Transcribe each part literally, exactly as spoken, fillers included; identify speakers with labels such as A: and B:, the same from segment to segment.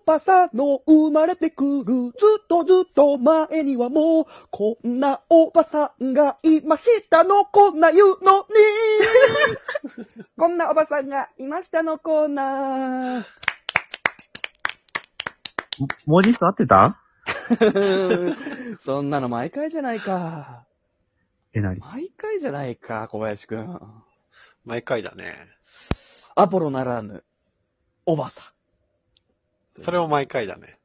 A: ばさんの生まれてくるずっとずっと前にはもうこんなおばさんがいましたのこんな言うのにこんなおばさんがいましたのコーナー。
B: 文字数合ってた？
A: そんなの毎回じゃないか。
B: え、なに？
A: 毎回じゃないか、小林くん。
C: 毎回だね。
A: アポロならぬ、おばさん。
C: それも毎回だね。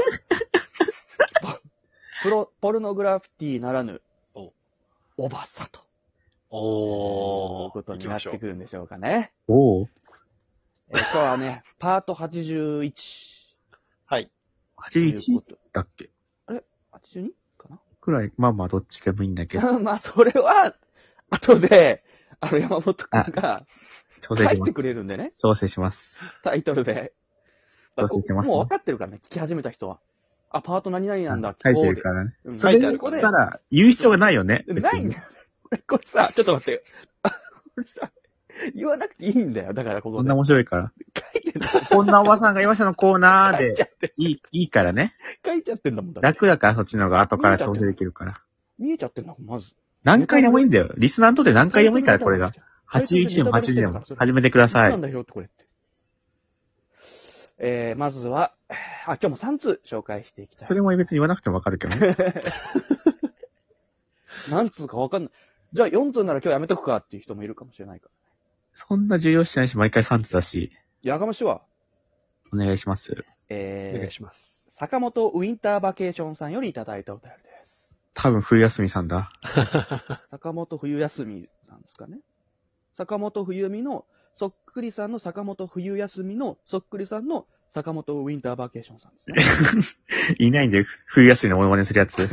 A: プロ、ポルノグラフィティならぬ、
C: お、
A: おばさと。
C: おー。
A: いうことになってくるんでしょうかね。
B: おー。
A: えー今日はね、パートはちじゅういち。
C: はい。
B: はちじゅういちだっけ？
A: あれ ?はちじゅうに? かな
B: くらい、まあまあどっちでもいいんだけど。
A: まあ、それは、後で、あの、山本くんが
B: 調整します。
A: 書いてくれるんでね。
B: 調整します。
A: タイトルで。
B: 調整します、ね。
A: もう分かってるからね、聞き始めた人は。あ、パート何々なんだ、
B: 書いてるからね。
A: うん、
B: それ言ったら、言う必要がないよね。
A: ないんだよ。これさ、ちょっと待って。あ、これさ、言わなくていいんだよ。だからここで。
B: こんな面白いから。
A: 書いてんだ。
B: こんなおばさんがいましたのコーナーで、
A: 書いちゃって
B: いい、いいからね。
A: 書いちゃってんだもんだって。
B: 楽だからそっちの方が後から調整できるから。
A: 見えちゃってんだもん、まず。
B: 何回でもいいんだよ。リスナーにとって何回でもいいから、これが。はちじゅういちでもはちじゅうでも始めてください。
A: なんだよってこれって。えー、まずは、あ、今日もさん通紹介していきたい。
B: それも別に言わなくてもわかるけどね。
A: 何通かわかんない。じゃあよん通なら今日やめとくかっていう人もいるかもしれないから。
B: そんな重要視しないし、毎回さん通だし。
A: やかましいわ。
B: お願いします。
A: えー、
C: お願いします。
A: 坂本ウィンターバケーションさんよりいただいたお便りです。
B: 多分冬休みさんだ。
A: 坂本冬休みなんですかね。坂本冬美のそっくりさんの坂本冬休みのそっくりさんの坂本ウィンターバケーションさんですね。
B: いないんで、冬休みのモノマネするやつ。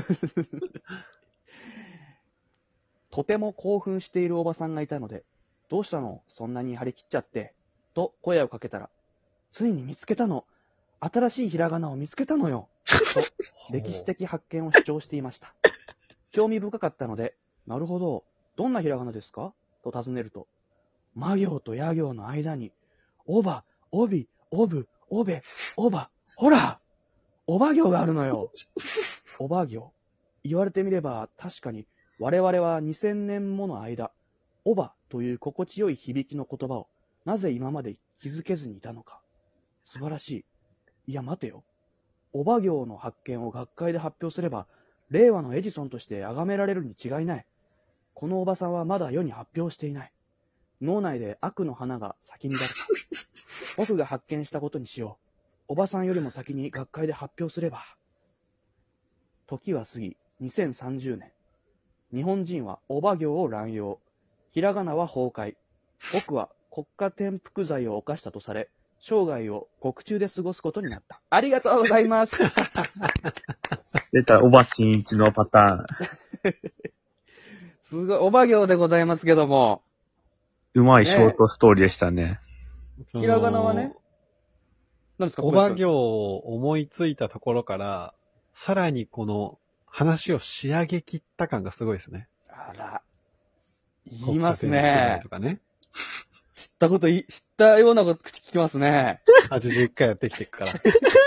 A: とても興奮しているおばさんがいたので、どうしたのそんなに張り切っちゃって。と声をかけたら、ついに見つけたの。新しいひらがなを見つけたのよ。と、歴史的発見を主張していました。興味深かったので、なるほど。どんなひらがなですかと尋ねると、ま行とや行の間に、おば、おび、おぶ、おべ、おば、ほらおば行があるのよ。おば行。言われてみれば、確かに、我々はにせんねんもの間、おばという心地よい響きの言葉を、なぜ今まで気づけずにいたのか。素晴らしい。いや、待てよ。おば行の発見を学会で発表すれば、令和のエジソンとして崇められるに違いない。このおばさんはまだ世に発表していない。脳内で悪の花が咲き乱れた。僕が発見したことにしよう。おばさんよりも先に学会で発表すれば。時は過ぎ、にせんさんじゅうねん。日本人はおば行を乱用。ひらがなは崩壊。僕は国家転覆罪を犯したとされ、生涯を獄中で過ごすことになった。ありがとうございます。
B: 出た、おばしんいちのパターン。
A: すごい、おば行でございますけども。
B: うまいショートストーリーでしたね。
A: ひらがなはね。何ですか
C: おば行を思いついたところから、さらにこの話を仕上げ切った感がすごいですね。
A: あら。言いますね。
C: とかね。
A: 知ったことい、知ったようなこと口聞きますね。
C: はちじゅういっかいやってきてるから。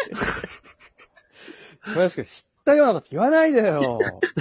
A: 確かに知ったようなこと言わないでよ。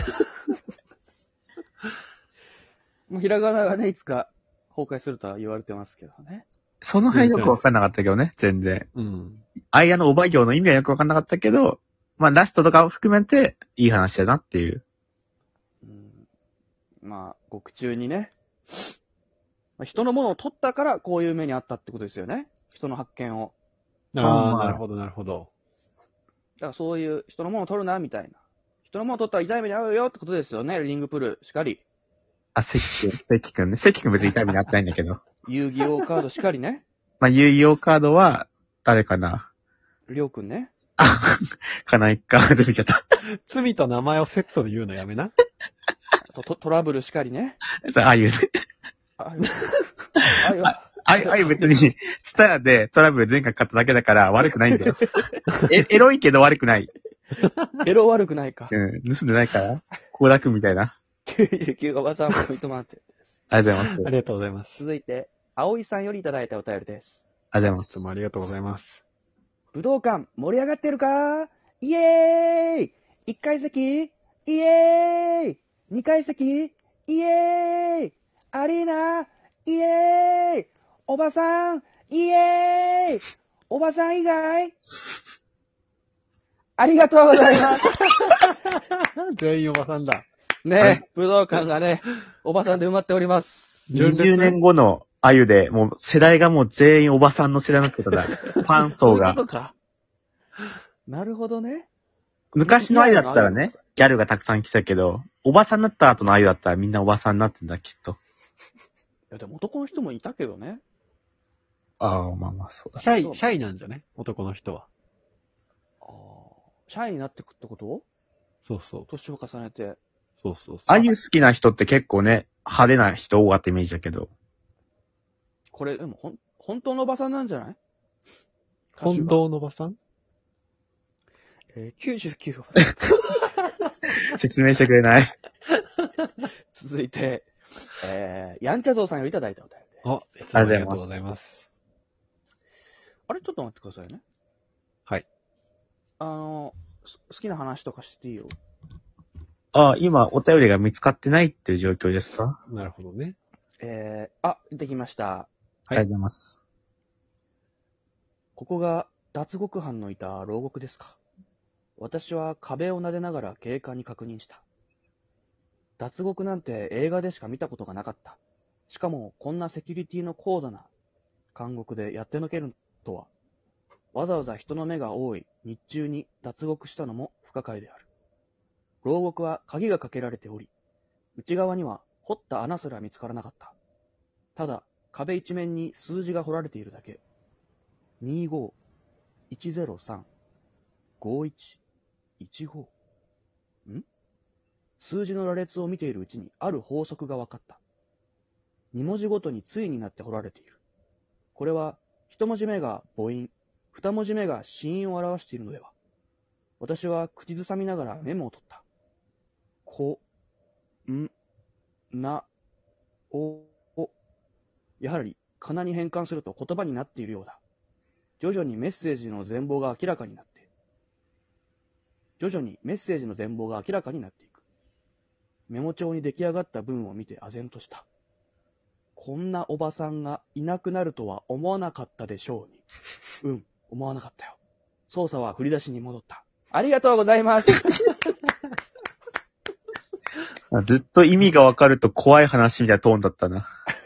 A: もうひらがながね、いつか崩壊するとは言われてますけどね。
B: その辺よくわかんなかったけどね、全然。
C: うん。
B: 間のおば行の意味はよくわかんなかったけど、まあラストとかを含めていい話だなっていう。
A: うん、まあ、獄中にね、人のものを取ったからこういう目にあったってことですよね。人の発見を。
C: ああ、なるほど、なるほど。
A: だからそういう人のものを取るな、みたいな。人のものを取ったら痛い目に遭うよってことですよね。リングプルしかり。
B: あ、関君、関君ね。関君別に痛い目にあってないんだけど。
A: 遊戯王カードしかりね。
B: まあ、遊戯王カードは、誰かな。
A: りょうくんね。
B: あ、かないか、出てきちゃった。
C: 罪と名前をセットで言うのやめな。
A: あとトラブルしかりね。
B: ああいうね。
A: ああいう。ああいう。
B: ああいう、ああいう別に、ツタヤでトラブル前回買っただけだから悪くないんだよ。え、エロいけど悪くない。
A: エロ悪くないか。
B: うん、盗んでないから。高田くんみたいな。
A: きゅうじゅうきゅうおばさんも認まってる。
B: ありがとうございます。
C: ありがとうございます。
A: 続いて、葵さんよりいただいたお便りです。
B: ありがとうございます。
C: いつもありがとうございます。
A: 武道館盛り上がってるか？イエーイ !いっ 階席イエーイ !に 階席イエーイアリーナイエーイおばさんイエーイおばさん以外ありがとうございます。
C: 全員おばさんだ。
A: ねえ、武道館がね、おばさんで埋まっております。
B: にじゅうねんごのあゆで、もう世代がもう全員おばさんの世代になってただ。ファン層が。
A: そういうことか。なるほどね。
B: 昔のあゆだったらね、ギャルがたくさん来てたけど、おばさんになった後のあゆだったらみんなおばさんになってんだ、きっと。
A: いや、でも男の人もいたけどね。
B: ああ、まあまあそうだ。
C: シャイ、シャイなんじゃね男の人は。
A: ああ、シャイになってくってこと？
C: そうそう。
A: 年を重ねて。
C: そうそうそう。
B: あゆ好きな人って結構ね、派手な人多かったイメージだけど。
A: これ、でも、ほん、本当のおばさんなんじゃない？
C: 本当のおばさん？
A: えー、きゅうじゅうきゅうおばさん。
B: 説明してくれない。
A: 続いて、えー、やんちゃぞうさんよりいただいたお便りで。
C: あ、いつもありがとうございます。
A: あれちょっと待ってくださいね。
C: はい。
A: あの、好きな話とかしていいよ。
B: ああ、今お便りが見つかってないっていう状況ですか？
C: なるほどね。
A: えー、あ、できました。
B: ありがとうございます。
A: ここが脱獄犯のいた牢獄ですか。私は壁を撫でながら警官に確認した。脱獄なんて映画でしか見たことがなかった。しかもこんなセキュリティの高度な監獄でやってのけるとは。わざわざ人の目が多い日中に脱獄したのも不可解である。牢獄は鍵がかけられており、内側には掘った穴すら見つからなかった。ただ、壁一面に数字が彫られているだけ。にごいちゼロさんごいちいちご。ん？数字の羅列を見ているうちにある法則が分かった。に文字ごとに対になって彫られている。これは、一文字目が母音、二文字目が子音を表しているのでは。私は口ずさみながらメモを取った。こ、ん、な、お、お。やはり、かなに変換すると言葉になっているようだ。徐々にメッセージの全貌が明らかになって、徐々にメッセージの全貌が明らかになっていく。メモ帳に出来上がった文を見て唖然とした。こんなおばさんがいなくなるとは思わなかったでしょうに。うん、思わなかったよ。操作は振り出しに戻った。ありがとうございます。
B: ずっと意味がわかると怖い話みたいなトーンだったな。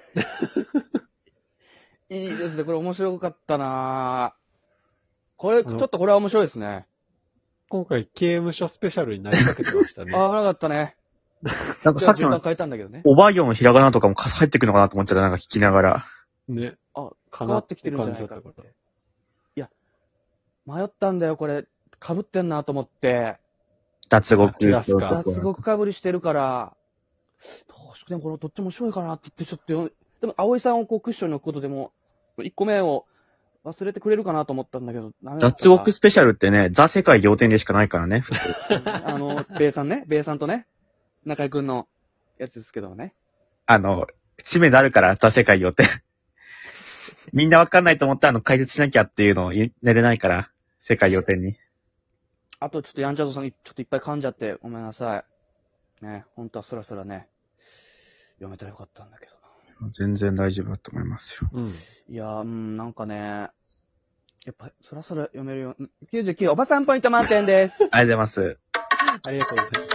A: いいですね。これ面白かったなぁ。これ、ちょっとこれは面白いですね。
C: 今回刑務所スペシャルになりかけてましたね。
A: ああ、なかったね。
B: なんかさっきの
A: 順番変えたんだけどね。
B: おば行のひらがなとかも入ってくるのかなと思っちゃった、なんか聞きながら。
C: ね。
A: あ、
C: かな
A: 変わってきてるんじゃないかって。いや、迷ったんだよ、これ。被ってんなと思って。
B: 脱獄
C: 違うっすか
A: 脱獄かぶりしてるから、どうしよう、でもこれどっちも面白いかなって言ってちょっとよ、でも葵さんをこうクッションに置くことでも、いっこめを忘れてくれるかなと思ったんだけど、ダメだったか
B: 脱獄スペシャルってね、ザ世界仰天でしかないからね、普通。
A: あの、ベイさんね、ベイさんとね、中井くんのやつですけどね。
B: あの、知名度あるからザ世界仰天。みんなわかんないと思ったらあの解説しなきゃっていうのを寝れないから、世界仰天に。
A: あとちょっとヤンチャゾさんちょっといっぱい噛んじゃってごめんなさい。ね、本当はスラスラね、読めたらよかったんだけどな。
B: 全然大丈夫だと思いますよ。
C: うん。
A: いやー、うん、なんかね、やっぱスラスラ読めるよ。きゅうじゅうきゅうおばさんポイント満点です。
B: ありがとうございます。
C: ありがとうございます。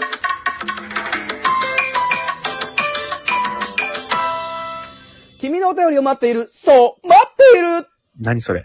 A: 君のお便りを待っている。そう、待っている。
B: 何それ。